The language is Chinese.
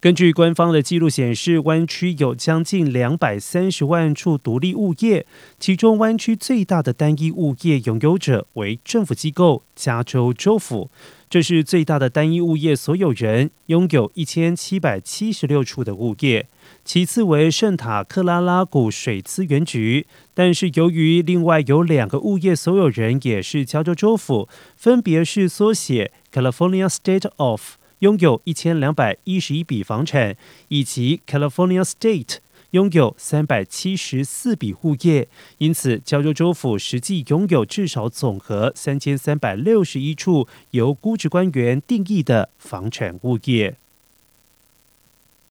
根据官方的记录显示，湾区有将近230万处独立物业，其中湾区最大的单一物业拥有者为政府机构加州州府，这是最大的单一物业所有人，拥有1776处的物业。其次为圣塔克拉拉谷水资源局，但是由于另外有2个物业所有人也是加州州府，分别是缩写 California State of， 拥有1211笔房产，以及 California State， 拥有374笔物业，因此加州州府实际拥有至少总和3361处由估值官员定义的房产物业。